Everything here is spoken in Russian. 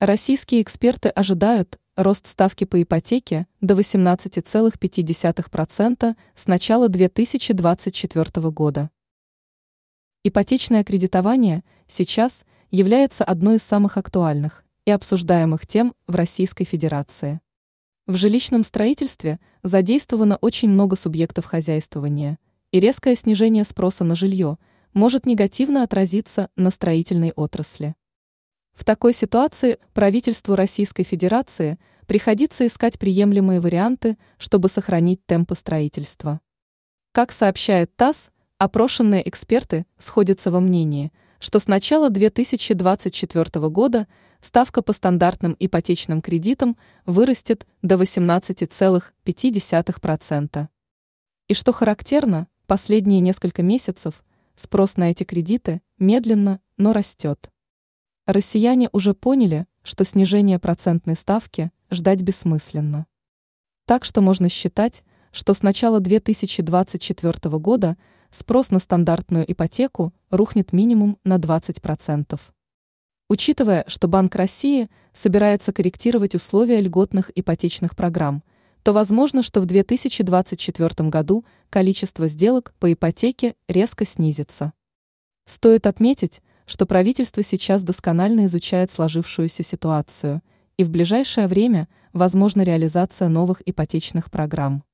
Российские эксперты ожидают рост ставки по ипотеке до 18,5% с начала 2024 года. Ипотечное кредитование сейчас является одной из самых актуальных и обсуждаемых тем в Российской Федерации. В жилищном строительстве задействовано очень много субъектов хозяйствования, и резкое снижение спроса на жилье может негативно отразиться на строительной отрасли. В такой ситуации правительству Российской Федерации приходится искать приемлемые варианты, чтобы сохранить темпы строительства. Как сообщает ТАСС, опрошенные эксперты сходятся во мнении, что с начала 2024 года ставка по стандартным ипотечным кредитам вырастет до 18,5%. И что характерно, последние несколько месяцев спрос на эти кредиты медленно, но растет. Россияне уже поняли, что снижение процентной ставки ждать бессмысленно. Так что можно считать, что с начала 2024 года спрос на стандартную ипотеку рухнет минимум на 20%. Учитывая, что Банк России собирается корректировать условия льготных ипотечных программ, то возможно, что в 2024 году количество сделок по ипотеке резко снизится. Стоит отметить, что правительство сейчас досконально изучает сложившуюся ситуацию, и в ближайшее время возможна реализация новых ипотечных программ.